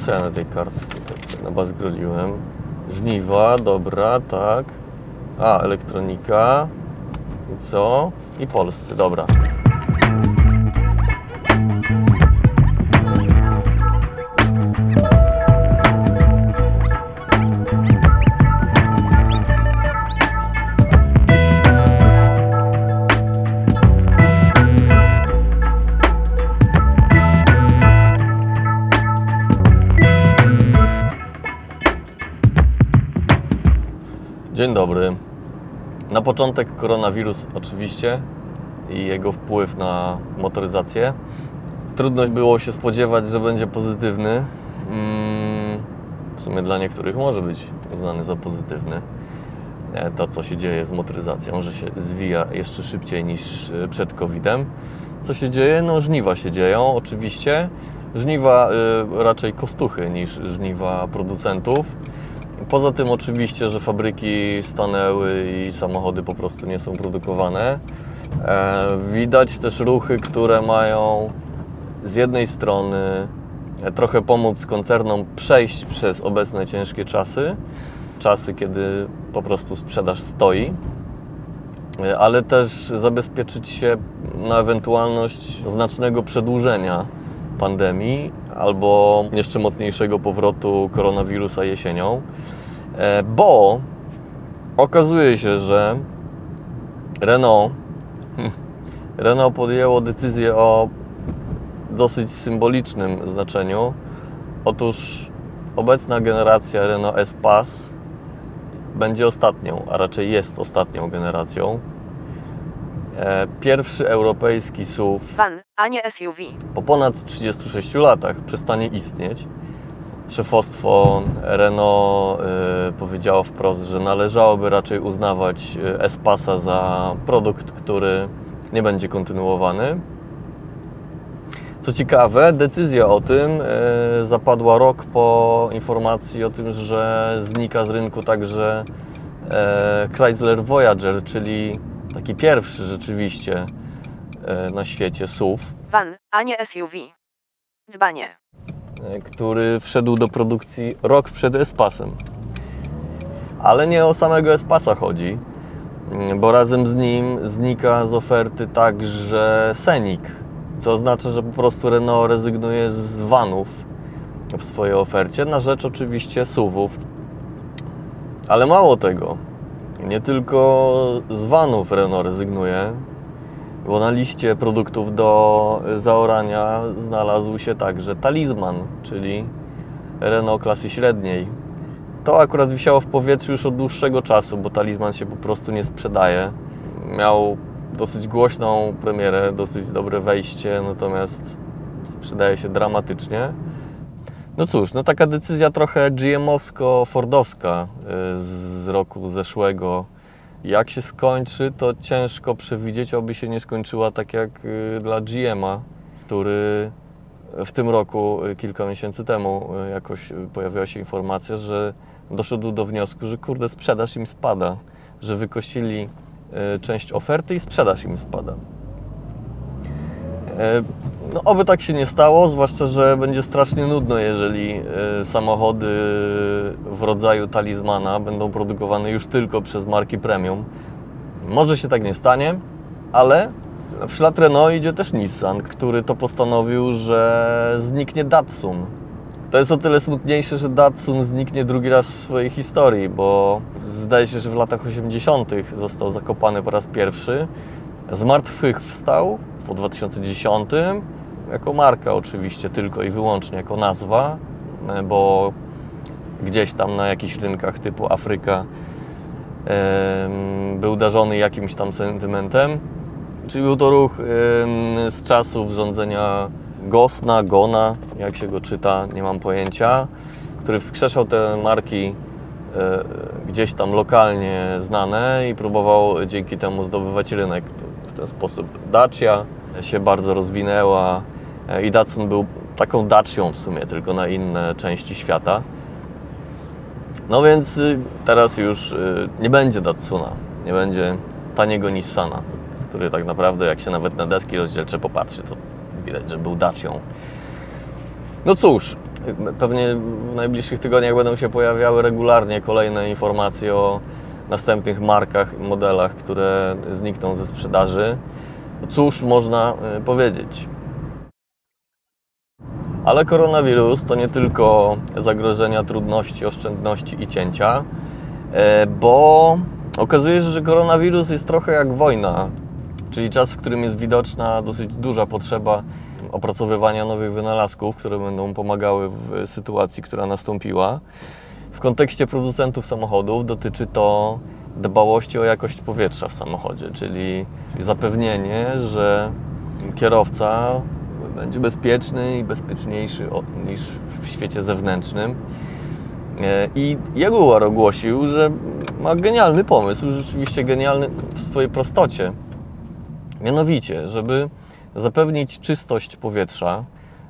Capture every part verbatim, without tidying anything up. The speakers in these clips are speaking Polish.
co ja na tej kartce tutaj sobie nabazgroliłem? Żniwa, dobra, tak. A, elektronika. I co? I polscy, dobra. Dzień dobry. Na początek koronawirus oczywiście i jego wpływ na motoryzację. Trudno było się spodziewać, że będzie pozytywny. W sumie dla niektórych może być uznany za pozytywny. To, co się dzieje z motoryzacją, że się zwija jeszcze szybciej niż przed kowidem. Co się dzieje? No żniwa się dzieją oczywiście. Żniwa raczej kostuchy niż żniwa producentów. Poza tym oczywiście, że fabryki stanęły i samochody po prostu nie są produkowane. Widać też ruchy, które mają z jednej strony trochę pomóc koncernom przejść przez obecne ciężkie czasy, czasy, kiedy po prostu sprzedaż stoi, ale też zabezpieczyć się na ewentualność znacznego przedłużenia pandemii albo jeszcze mocniejszego powrotu koronawirusa jesienią, bo okazuje się, że Renault, Renault podjęło decyzję o dosyć symbolicznym znaczeniu. Otóż obecna generacja Renault Espace będzie ostatnią, a raczej jest ostatnią generacją. Pierwszy europejski S U V, van, a nie S U V. Po ponad trzydziestu sześciu latach przestanie istnieć. Szefostwo Renault y, powiedziało wprost, że należałoby raczej uznawać Espace'a za produkt, który nie będzie kontynuowany. Co ciekawe, decyzja o tym y, zapadła rok po informacji o tym, że znika z rynku także y, Chrysler Voyager, czyli taki pierwszy rzeczywiście y, na świecie S U V. Van, a nie S U V. Dzbanie. Który wszedł do produkcji rok przed Espacem. Ale nie o samego Espaca chodzi, bo razem z nim znika z oferty także Scenic, co oznacza, że po prostu Renault rezygnuje z vanów w swojej ofercie na rzecz oczywiście S U V-ów. Ale mało tego, nie tylko z vanów Renault rezygnuje, bo na liście produktów do zaorania znalazł się także Talisman, czyli Renault klasy średniej. To akurat wisiało w powietrzu już od dłuższego czasu, bo Talisman się po prostu nie sprzedaje. Miał dosyć głośną premierę, dosyć dobre wejście, natomiast sprzedaje się dramatycznie. No cóż, no taka decyzja trochę G M-owsko-fordowska z roku zeszłego. Jak się skończy, to ciężko przewidzieć, aby się nie skończyła tak jak dla G M-a, który w tym roku, kilka miesięcy temu, jakoś pojawiła się informacja, że doszedł do wniosku, że kurde, sprzedaż im spada, że wykosili część oferty i sprzedaż im spada. No, oby tak się nie stało, zwłaszcza, że będzie strasznie nudno, jeżeli samochody w rodzaju Talismana będą produkowane już tylko przez marki premium. Może się tak nie stanie, ale w ślad Renault idzie też Nissan, który to postanowił, że zniknie Datsun. To jest o tyle smutniejsze, że Datsun zniknie drugi raz w swojej historii, bo zdaje się, że w latach osiemdziesiątych został zakopany po raz pierwszy. Z martwych wstał po dwa tysiące dziesiątym, jako marka oczywiście, tylko i wyłącznie jako nazwa, bo gdzieś tam na jakichś rynkach typu Afryka był darzony jakimś tam sentymentem. Czyli był to ruch z czasów rządzenia Gosna, Gona, jak się go czyta, nie mam pojęcia, który wskrzeszał te marki gdzieś tam lokalnie znane i próbował dzięki temu zdobywać rynek. W ten sposób Dacia się bardzo rozwinęła i Datsun był taką Dacią w sumie, tylko na inne części świata. No więc teraz już nie będzie Datsuna, nie będzie taniego Nissana, który tak naprawdę, jak się nawet na deski rozdzielcze popatrzy, to widać, że był Dacią. No cóż, Pewnie w najbliższych tygodniach będą się pojawiały regularnie kolejne informacje o następnych markach i modelach, które znikną ze sprzedaży. Cóż można powiedzieć? Ale koronawirus to nie tylko zagrożenia, trudności, oszczędności i cięcia, bo okazuje się, że koronawirus jest trochę jak wojna, czyli czas, w którym jest widoczna dosyć duża potrzeba opracowywania nowych wynalazków, które będą pomagały w sytuacji, która nastąpiła. W kontekście producentów samochodów dotyczy to dbałości o jakość powietrza w samochodzie, czyli zapewnienie, że kierowca będzie bezpieczny i bezpieczniejszy niż w świecie zewnętrznym. I Jaguar ogłosił, że ma genialny pomysł, rzeczywiście genialny w swojej prostocie. Mianowicie, żeby zapewnić czystość powietrza,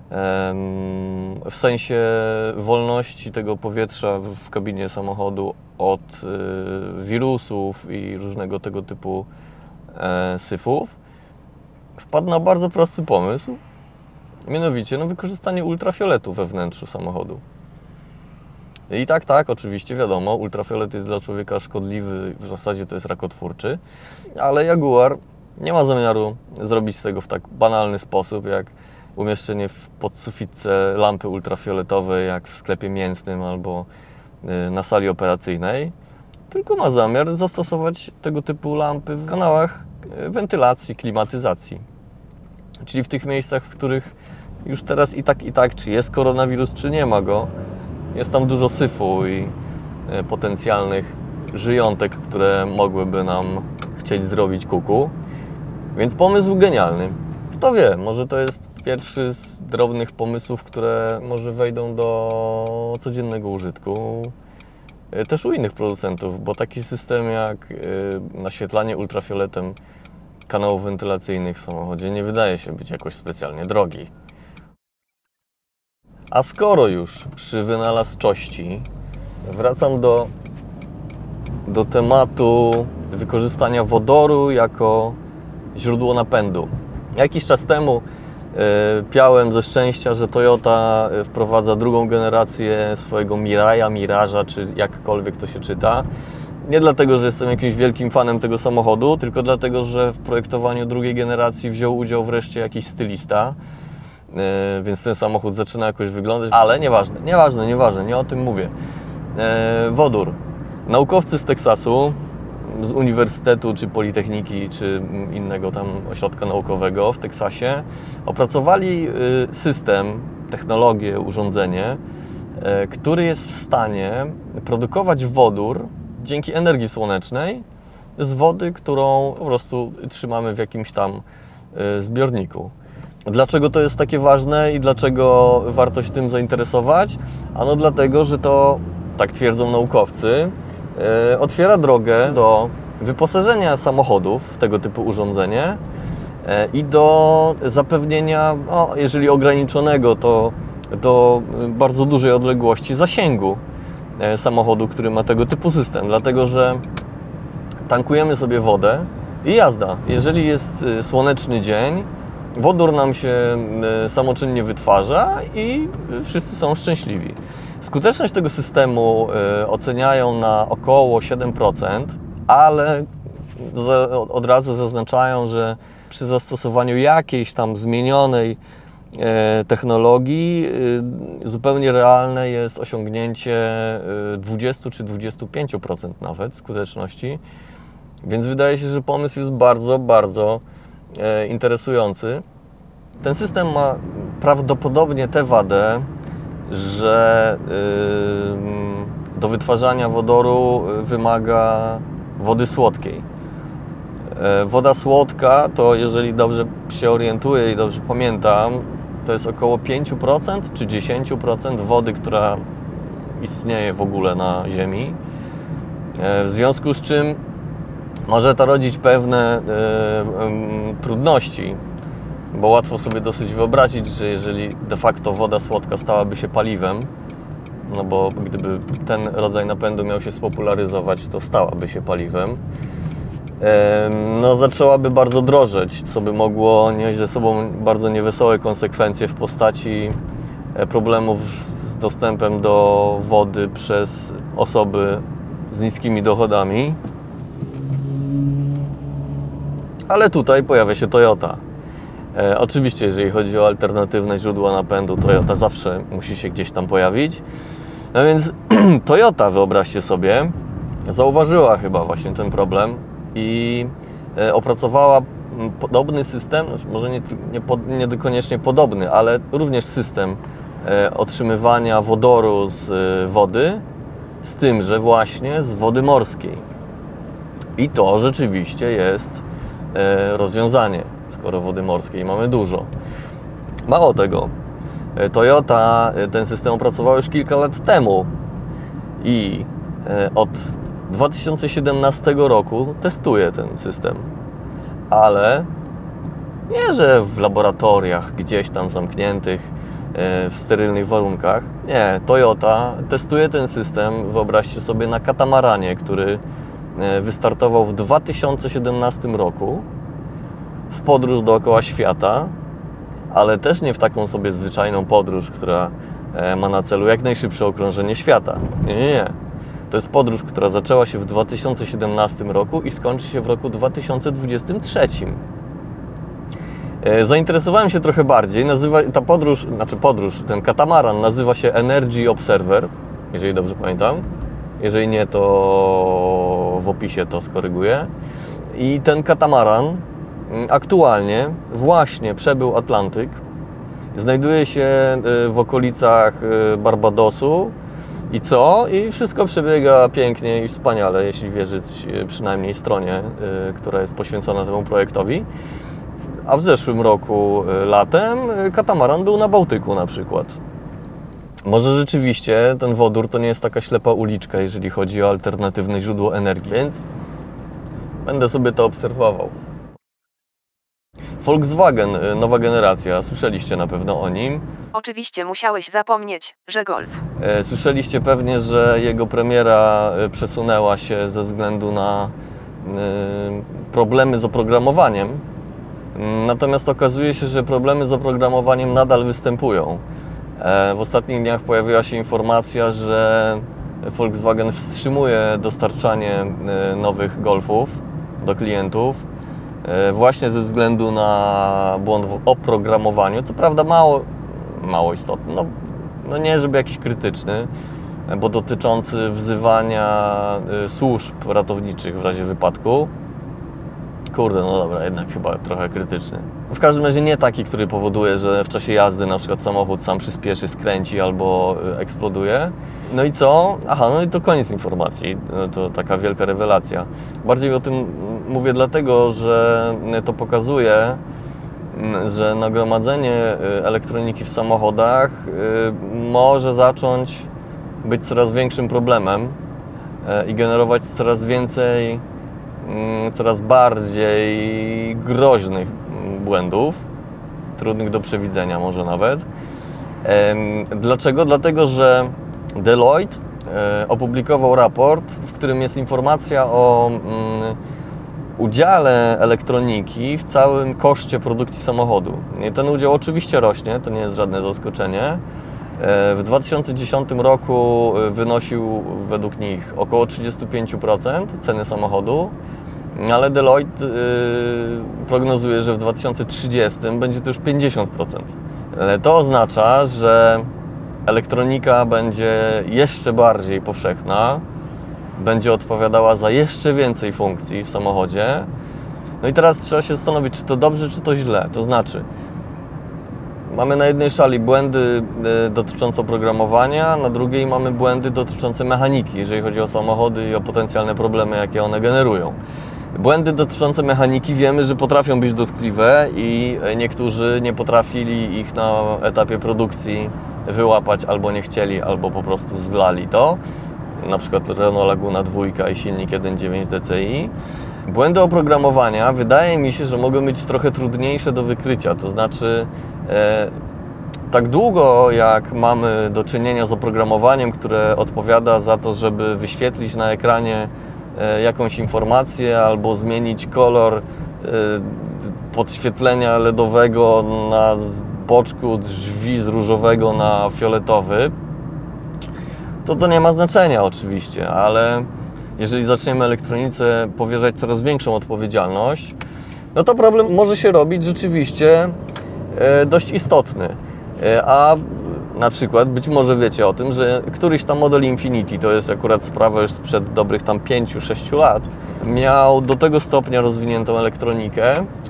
w sensie wolności tego powietrza w kabinie samochodu od wirusów i różnego tego typu syfów, wpadł na bardzo prosty pomysł, mianowicie no, wykorzystanie ultrafioletu we wnętrzu samochodu. I tak, tak, oczywiście wiadomo, ultrafiolet jest dla człowieka szkodliwy, w zasadzie to jest rakotwórczy, ale Jaguar nie ma zamiaru zrobić tego w tak banalny sposób, jak umieszczenie w podsufitce lampy ultrafioletowej, jak w sklepie mięsnym albo na sali operacyjnej, tylko ma zamiar zastosować tego typu lampy w kanałach wentylacji, klimatyzacji. Czyli w tych miejscach, w których już teraz i tak, i tak, czy jest koronawirus, czy nie ma go, jest tam dużo syfu i potencjalnych żyjątek, które mogłyby nam chcieć zrobić kuku. Więc pomysł genialny. Kto wie, może to jest pierwszy z drobnych pomysłów, które może wejdą do codziennego użytku też u innych producentów, bo taki system jak naświetlanie ultrafioletem kanałów wentylacyjnych w samochodzie nie wydaje się być jakoś specjalnie drogi. A skoro już przy wynalazczości, wracam do, do tematu wykorzystania wodoru jako źródło napędu. Jakiś czas temu y, piałem ze szczęścia, że Toyota wprowadza drugą generację swojego Miraja, Miraża, czy jakkolwiek to się czyta. Nie dlatego, że jestem jakimś wielkim fanem tego samochodu, tylko dlatego, że w projektowaniu drugiej generacji wziął udział wreszcie jakiś stylista, y, więc ten samochód zaczyna jakoś wyglądać, ale nieważne, nieważne, nieważne, nie o tym mówię. Y, wodór. Naukowcy z Teksasu, z uniwersytetu, czy politechniki, czy innego tam ośrodka naukowego w Teksasie opracowali system, technologię, urządzenie, który jest w stanie produkować wodór dzięki energii słonecznej z wody, którą po prostu trzymamy w jakimś tam zbiorniku. Dlaczego to jest takie ważne i dlaczego warto się tym zainteresować? Ano dlatego, że to, tak twierdzą naukowcy, otwiera drogę do wyposażenia samochodów w tego typu urządzenie i do zapewnienia, no, jeżeli ograniczonego, to do bardzo dużej odległości zasięgu samochodu, który ma tego typu system. Dlatego, że tankujemy sobie wodę i jazda. Jeżeli jest słoneczny dzień, wodór nam się samoczynnie wytwarza i wszyscy są szczęśliwi. Skuteczność tego systemu oceniają na około siedem procent, ale od razu zaznaczają, że przy zastosowaniu jakiejś tam zmienionej technologii zupełnie realne jest osiągnięcie dwadzieścia czy dwadzieścia pięć procent nawet skuteczności. Więc wydaje się, że pomysł jest bardzo, bardzo interesujący. Ten system ma prawdopodobnie tę wadę, że do wytwarzania wodoru wymaga wody słodkiej. Woda słodka to, jeżeli dobrze się orientuję i dobrze pamiętam, to jest około pięć procent czy dziesięć procent wody, która istnieje w ogóle na Ziemi. W związku z czym może to rodzić pewne y, y, trudności, bo łatwo sobie dosyć wyobrazić, że jeżeli de facto woda słodka stałaby się paliwem, no bo gdyby ten rodzaj napędu miał się spopularyzować, to stałaby się paliwem, y, no zaczęłaby bardzo drożeć, co by mogło nieść ze sobą bardzo niewesołe konsekwencje w postaci problemów z z dostępem do wody przez osoby z niskimi dochodami. Ale tutaj pojawia się Toyota. E, oczywiście, jeżeli chodzi o alternatywne źródła napędu, Toyota zawsze musi się gdzieś tam pojawić. No więc Toyota, wyobraźcie sobie, zauważyła chyba właśnie ten problem i e, opracowała podobny system, może nie, nie, nie koniecznie podobny, ale również system e, otrzymywania wodoru z e, wody, z tym, że właśnie z wody morskiej. I to rzeczywiście jest e, rozwiązanie, skoro wody morskiej mamy dużo. Mało tego, e, Toyota ten system opracowała już kilka lat temu i e, od dwa tysiące siedemnastego roku testuje ten system. Ale nie, że w laboratoriach gdzieś tam zamkniętych, w sterylnych warunkach. Nie, Toyota testuje ten system, wyobraźcie sobie, na katamaranie, który wystartował w dwa tysiące siedemnastym roku w podróż dookoła świata, ale też nie w taką sobie zwyczajną podróż, która ma na celu jak najszybsze okrążenie świata. Nie, nie, nie. To jest podróż, która zaczęła się w dwa tysiące siedemnastym roku i skończy się w roku dwa tysiące dwudziestym trzecim. Zainteresowałem się trochę bardziej. Nazywa, ta podróż, znaczy podróż, ten katamaran nazywa się Energy Observer, jeżeli dobrze pamiętam. Jeżeli nie, to w opisie to skoryguję. I ten katamaran aktualnie właśnie przebył Atlantyk. Znajduje się w okolicach Barbadosu. I co? I wszystko przebiega pięknie i wspaniale, jeśli wierzyć przynajmniej stronie, która jest poświęcona temu projektowi. A w zeszłym roku latem katamaran był na Bałtyku na przykład. Może rzeczywiście ten wodór to nie jest taka ślepa uliczka, jeżeli chodzi o alternatywne źródło energii, więc będę sobie to obserwował. Volkswagen, nowa generacja, słyszeliście na pewno o nim. Oczywiście musiałeś zapomnieć, że Golf. Słyszeliście pewnie, że jego premiera przesunęła się ze względu na problemy z oprogramowaniem. Natomiast okazuje się, że problemy z oprogramowaniem nadal występują. W ostatnich dniach pojawiła się informacja, że Volkswagen wstrzymuje dostarczanie nowych Golfów do klientów właśnie ze względu na błąd w oprogramowaniu. Co prawda mało, mało istotny, no, no nie żeby jakiś krytyczny, bo dotyczący wzywania służb ratowniczych w razie wypadku. Kurde, no dobra, jednak chyba trochę krytyczny. W każdym razie nie taki, który powoduje, że w czasie jazdy na przykład samochód sam przyspieszy, skręci albo eksploduje. No i co? Aha, no i to koniec informacji. To taka wielka rewelacja. Bardziej o tym mówię dlatego, że to pokazuje, że nagromadzenie elektroniki w samochodach może zacząć być coraz większym problemem i generować coraz więcej coraz bardziej groźnych błędów, trudnych do przewidzenia może nawet. Dlaczego? Dlatego, że Deloitte opublikował raport, w którym jest informacja o udziale elektroniki w całym koszcie produkcji samochodu. I ten udział oczywiście rośnie, to nie jest żadne zaskoczenie. W dwa tysiące dziesiątym roku wynosił według nich około trzydzieści pięć procent ceny samochodu, ale Deloitte prognozuje, że w dwa tysiące trzydziestym będzie to już pięćdziesiąt procent. To oznacza, że elektronika będzie jeszcze bardziej powszechna, będzie odpowiadała za jeszcze więcej funkcji w samochodzie. No i teraz trzeba się zastanowić, czy to dobrze, czy to źle. To znaczy, mamy na jednej szali błędy dotyczące oprogramowania, na drugiej mamy błędy dotyczące mechaniki, jeżeli chodzi o samochody i o potencjalne problemy, jakie one generują. Błędy dotyczące mechaniki wiemy, że potrafią być dotkliwe i niektórzy nie potrafili ich na etapie produkcji wyłapać, albo nie chcieli, albo po prostu zlali to. Na przykład Renault Laguna dwa i silnik jeden przecinek dziewięć D C I. Błędy oprogramowania wydaje mi się, że mogą być trochę trudniejsze do wykrycia, to znaczy e, tak długo jak mamy do czynienia z oprogramowaniem, które odpowiada za to, żeby wyświetlić na ekranie e, jakąś informację albo zmienić kolor e, podświetlenia LEDowego na boczku drzwi z różowego na fioletowy, to to nie ma znaczenia oczywiście, ale jeżeli zaczniemy elektronice powierzać coraz większą odpowiedzialność, no to problem może się robić rzeczywiście dość istotny. A na przykład być może wiecie o tym, że któryś tam model Infiniti, to jest akurat sprawa już sprzed dobrych tam pięciu sześciu lat, miał do tego stopnia rozwiniętą elektronikę,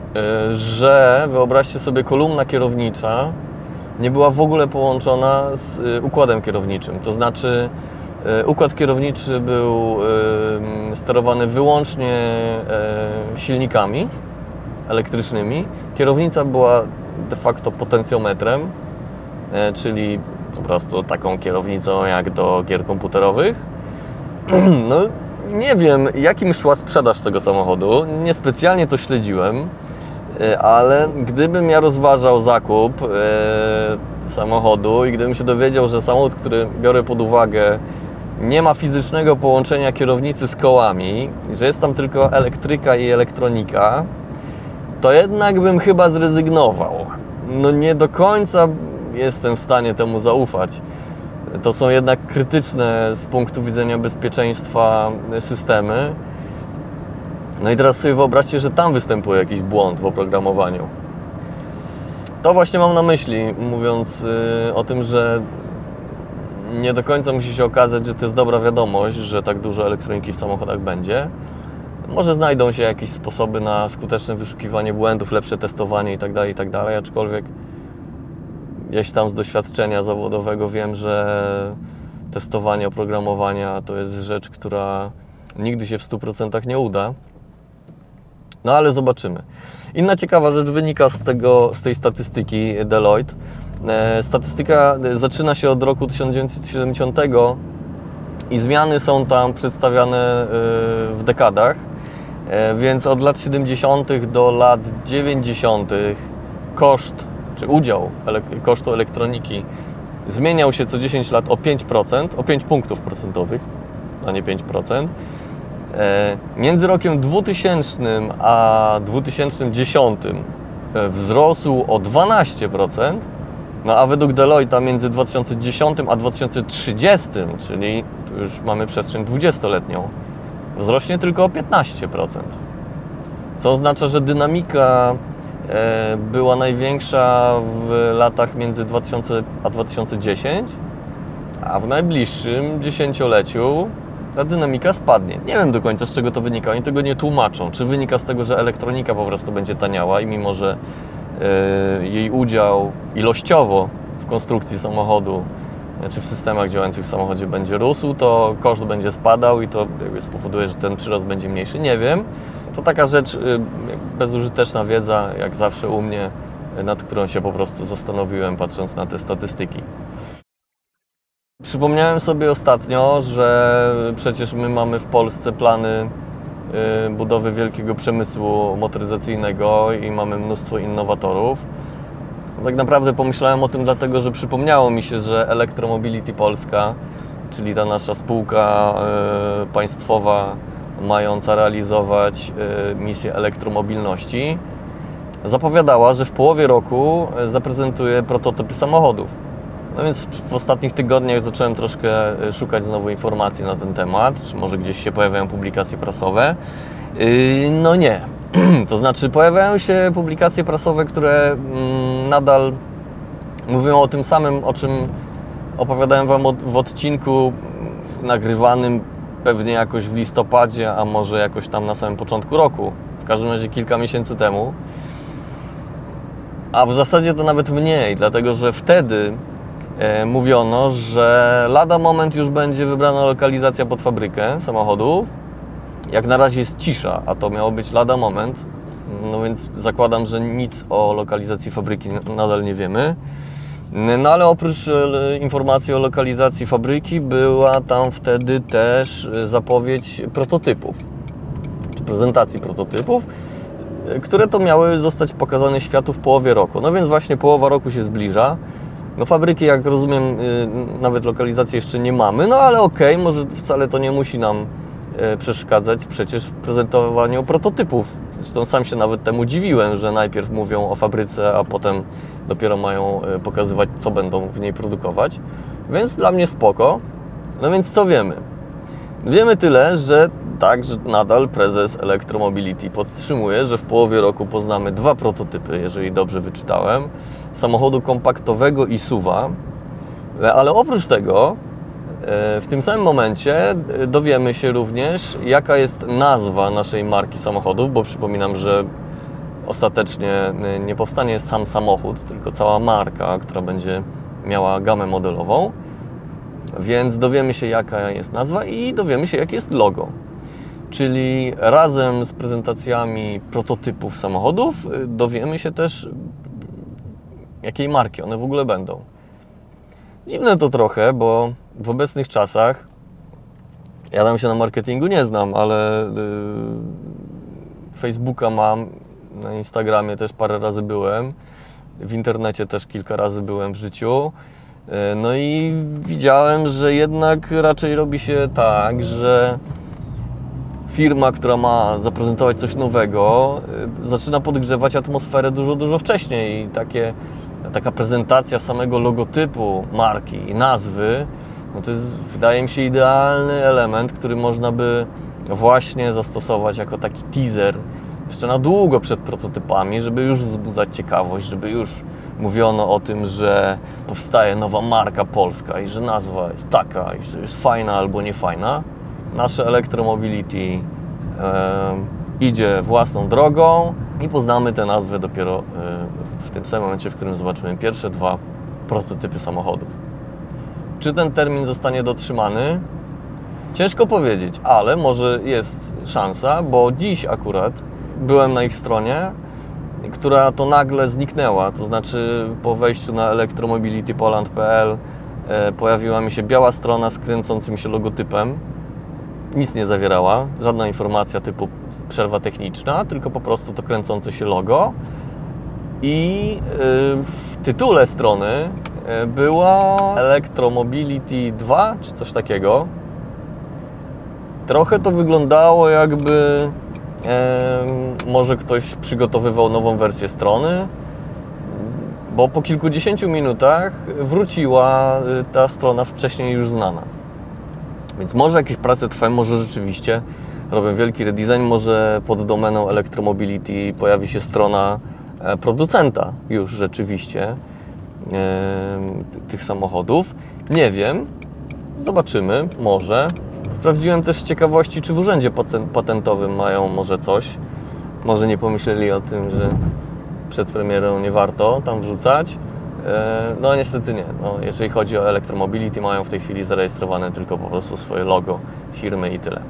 że wyobraźcie sobie, kolumna kierownicza nie była w ogóle połączona z układem kierowniczym. To znaczy układ kierowniczy był sterowany wyłącznie silnikami elektrycznymi. Kierownica była de facto potencjometrem, czyli po prostu taką kierownicą jak do gier komputerowych. No nie wiem, jakim szła sprzedaż tego samochodu, niespecjalnie to śledziłem, ale gdybym ja rozważał zakup samochodu i gdybym się dowiedział, że samochód, który biorę pod uwagę, nie ma fizycznego połączenia kierownicy z kołami, że jest tam tylko elektryka i elektronika, to jednak bym chyba zrezygnował. No nie do końca jestem w stanie temu zaufać. To są jednak krytyczne z punktu widzenia bezpieczeństwa systemy. No i teraz sobie wyobraźcie, że tam występuje jakiś błąd w oprogramowaniu. To właśnie mam na myśli, mówiąc o tym, że nie do końca musi się okazać, że to jest dobra wiadomość, że tak dużo elektroniki w samochodach będzie. Może znajdą się jakieś sposoby na skuteczne wyszukiwanie błędów, lepsze testowanie itd., itd., aczkolwiek gdzieś tam z doświadczenia zawodowego wiem, że testowanie oprogramowania to jest rzecz, która nigdy się w stu procentach nie uda. No ale zobaczymy. Inna ciekawa rzecz wynika z, tego, z tej statystyki Deloitte. Statystyka zaczyna się od roku tysiąc dziewięćset siedemdziesiątego i zmiany są tam przedstawiane w dekadach, więc od lat siedemdziesiątych do lat dziewięćdziesiątych koszt, czy udział kosztu elektroniki zmieniał się co dziesięć lat o pięć procent, o pięć punktów procentowych, a nie pięć procent. Między rokiem dwutysięcznym a dwa tysiące dziesiątym wzrósł o dwanaście procent, no a według Deloitte między dwa tysiące dziesiątym a dwa tysiące trzydziestym, czyli tu już mamy przestrzeń dwudziestoletnią, wzrośnie tylko o piętnaście procent. Co oznacza, że dynamika była największa w latach między dwa tysiące a dwa tysiące dziesiąty, a w najbliższym dziesięcioleciu ta dynamika spadnie. Nie wiem do końca, z czego to wynika, oni tego nie tłumaczą. Czy wynika z tego, że elektronika po prostu będzie taniała i mimo, że jej udział ilościowo w konstrukcji samochodu czy w systemach działających w samochodzie będzie rósł, to koszt będzie spadał i to spowoduje, że ten przyrost będzie mniejszy. Nie wiem. To taka rzecz, bezużyteczna wiedza, jak zawsze u mnie, nad którą się po prostu zastanowiłem, patrząc na te statystyki. Przypomniałem sobie ostatnio, że przecież my mamy w Polsce plany budowy wielkiego przemysłu motoryzacyjnego i mamy mnóstwo innowatorów. Tak naprawdę pomyślałem o tym dlatego, że przypomniało mi się, że Elektromobility Polska, czyli ta nasza spółka państwowa mająca realizować misję elektromobilności, zapowiadała, że w połowie roku zaprezentuje prototypy samochodów. No więc w, w ostatnich tygodniach zacząłem troszkę szukać znowu informacji na ten temat, czy może gdzieś się pojawiają publikacje prasowe. Yy, no nie. To znaczy pojawiają się publikacje prasowe, które mm, nadal mówią o tym samym, o czym opowiadałem Wam od, w odcinku nagrywanym pewnie jakoś w listopadzie, a może jakoś tam na samym początku roku. W każdym razie kilka miesięcy temu. A w zasadzie to nawet mniej, dlatego że wtedy e, mówiono, że lada moment już będzie wybrana lokalizacja pod fabrykę samochodów. Jak na razie jest cisza, a to miało być lada moment, no więc zakładam, że nic o lokalizacji fabryki nadal nie wiemy. No ale oprócz informacji o lokalizacji fabryki była tam wtedy też zapowiedź prototypów, czy prezentacji prototypów, które to miały zostać pokazane światu w połowie roku. No więc właśnie połowa roku się zbliża. No fabryki, jak rozumiem, nawet lokalizacji jeszcze nie mamy, no ale okej, okay, może wcale to nie musi nam przeszkadzać przecież w prezentowaniu prototypów. Zresztą sam się nawet temu dziwiłem, że najpierw mówią o fabryce, a potem dopiero mają pokazywać, co będą w niej produkować. Więc dla mnie spoko. No więc co wiemy? Wiemy tyle, że tak, że nadal prezes Electromobility podtrzymuje, że w połowie roku poznamy dwa prototypy, jeżeli dobrze wyczytałem, samochodu kompaktowego i suwa, ale oprócz tego w tym samym momencie dowiemy się również, jaka jest nazwa naszej marki samochodów, bo przypominam, że ostatecznie nie powstanie sam samochód, tylko cała marka, która będzie miała gamę modelową. Więc dowiemy się, jaka jest nazwa i dowiemy się, jakie jest logo. Czyli razem z prezentacjami prototypów samochodów dowiemy się też, jakiej marki one w ogóle będą. Dziwne to trochę, bo w obecnych czasach, ja tam się na marketingu nie znam, ale yy, Facebooka mam, na Instagramie też parę razy byłem, w internecie też kilka razy byłem w życiu. No i widziałem, że jednak raczej robi się tak, że firma, która ma zaprezentować coś nowego, zaczyna podgrzewać atmosferę dużo, dużo wcześniej i takie, taka prezentacja samego logotypu marki i nazwy, no to jest, wydaje mi się, idealny element, który można by właśnie zastosować jako taki teaser jeszcze na długo przed prototypami, żeby już wzbudzać ciekawość, żeby już mówiono o tym, że powstaje nowa marka polska i że nazwa jest taka i że jest fajna albo niefajna. Nasze Electromobility e, idzie własną drogą i poznamy te nazwy dopiero e, w tym samym momencie, w którym zobaczymy pierwsze dwa prototypy samochodów. Czy ten termin zostanie dotrzymany? Ciężko powiedzieć, ale może jest szansa, bo dziś akurat byłem na ich stronie, która to nagle zniknęła, to znaczy po wejściu na electromobility poland kropka p l e, pojawiła mi się biała strona z kręcącym się logotypem. Nic nie zawierała, żadna informacja typu przerwa techniczna, tylko po prostu to kręcące się logo. I e, w tytule strony e, była Electromobility dwa, czy coś takiego. Trochę to wyglądało, jakby może ktoś przygotowywał nową wersję strony, bo po kilkudziesięciu minutach wróciła ta strona wcześniej już znana. Więc może jakieś prace trwają, może rzeczywiście robią wielki redesign, może pod domeną Electromobility pojawi się strona producenta już rzeczywiście tych samochodów. Nie wiem, zobaczymy, może. Sprawdziłem też z ciekawości, czy w urzędzie patentowym mają może coś. Może nie pomyśleli o tym, że przed premierą nie warto tam wrzucać. No niestety nie. No, jeżeli chodzi o Electromobility, mają w tej chwili zarejestrowane tylko po prostu swoje logo firmy i tyle.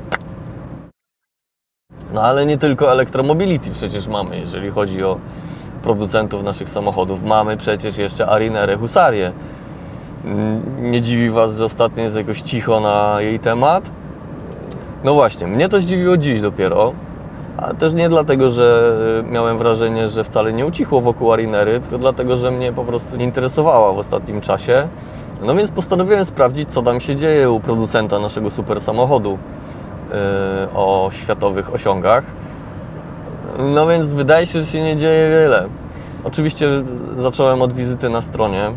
No ale nie tylko Electromobility przecież mamy, jeżeli chodzi o producentów naszych samochodów. Mamy przecież jeszcze Arinerę Husarię. Nie dziwi Was, że ostatnio jest jakoś cicho na jej temat? No właśnie, mnie to zdziwiło dziś dopiero, a też nie dlatego, że miałem wrażenie, że wcale nie ucichło wokół Arinery, tylko dlatego, że mnie po prostu nie interesowała w ostatnim czasie. No więc postanowiłem sprawdzić, co tam się dzieje u producenta naszego super samochodu yy, o światowych osiągach. No więc wydaje się, że się nie dzieje wiele. Oczywiście zacząłem od wizyty na stronie.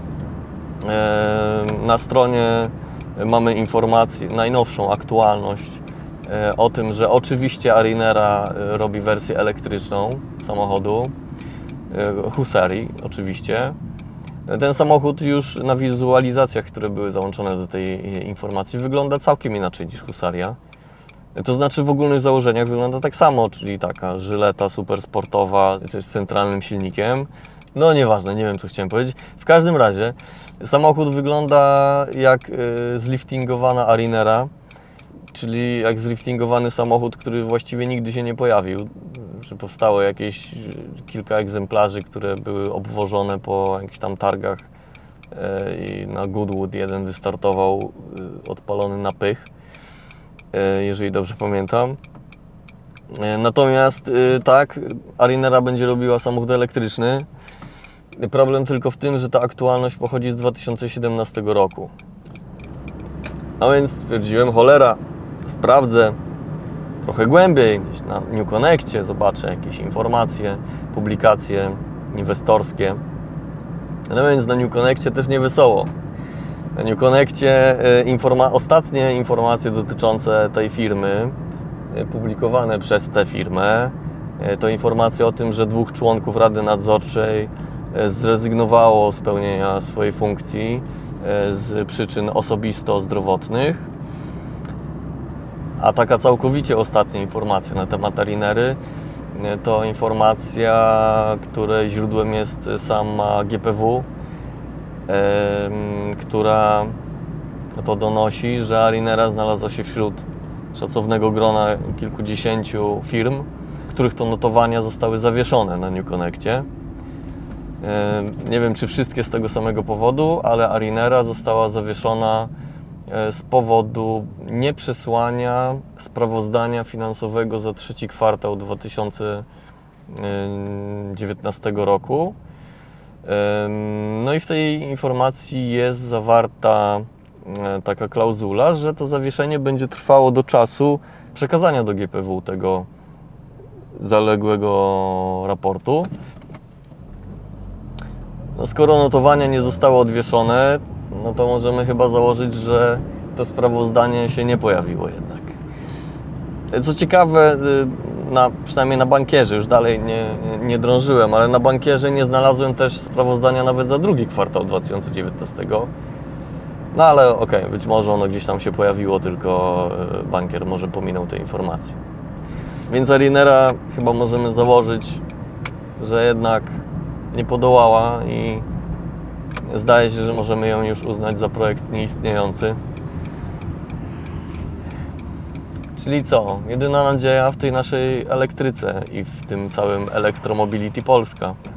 Na stronie mamy informację, najnowszą aktualność o tym, że oczywiście Arinera robi wersję elektryczną samochodu Husarii, oczywiście. Ten samochód już na wizualizacjach, które były załączone do tej informacji, wygląda całkiem inaczej niż Husaria. To znaczy w ogólnych założeniach wygląda tak samo, czyli taka żyleta super sportowa z centralnym silnikiem. No nieważne, nie wiem co chciałem powiedzieć. W każdym razie samochód wygląda jak zliftingowana Arinera, czyli jak zliftingowany samochód, który właściwie nigdy się nie pojawił. Że powstało jakieś kilka egzemplarzy, które były obwożone po jakichś tam targach i na Goodwood jeden wystartował odpalony na pych, jeżeli dobrze pamiętam. Natomiast tak, Arinera będzie robiła samochód elektryczny. Problem tylko w tym, że ta aktualność pochodzi z dwa tysiące siedemnastego roku. No więc stwierdziłem, cholera, sprawdzę trochę głębiej, gdzieś na New Connectie zobaczę jakieś informacje, publikacje inwestorskie. No więc na New Connectie też nie wesoło. Na New Connectie informa- ostatnie informacje dotyczące tej firmy, publikowane przez tę firmę, to informacje o tym, że dwóch członków Rady Nadzorczej zrezygnowało z pełnienia swojej funkcji z przyczyn osobisto-zdrowotnych. A taka całkowicie ostatnia informacja na temat Arinery to informacja, której źródłem jest sama G P W, która to donosi, że Arinera znalazła się wśród szacownego grona kilkudziesięciu firm, których to notowania zostały zawieszone na New Connectie. Nie wiem, czy wszystkie z tego samego powodu, ale Arinera została zawieszona z powodu nieprzesłania sprawozdania finansowego za trzeci kwartał dwa tysiące dziewiętnastego roku. No i w tej informacji jest zawarta taka klauzula, że to zawieszenie będzie trwało do czasu przekazania do G P W tego zaległego raportu. No skoro notowania nie zostały odwieszone, no to możemy chyba założyć, że to sprawozdanie się nie pojawiło jednak. Co ciekawe, na, przynajmniej na bankierze, już dalej nie, nie drążyłem, ale na bankierze nie znalazłem też sprawozdania nawet za drugi kwartał dwa tysiące dziewiętnastego. No ale okej, okay, być może ono gdzieś tam się pojawiło, tylko bankier może pominął te informacje. Więc Arinera chyba możemy założyć, że jednak nie podołała i zdaje się, że możemy ją już uznać za projekt nieistniejący. Czyli co? Jedyna nadzieja w tej naszej elektryce i w tym całym Electromobility Polska.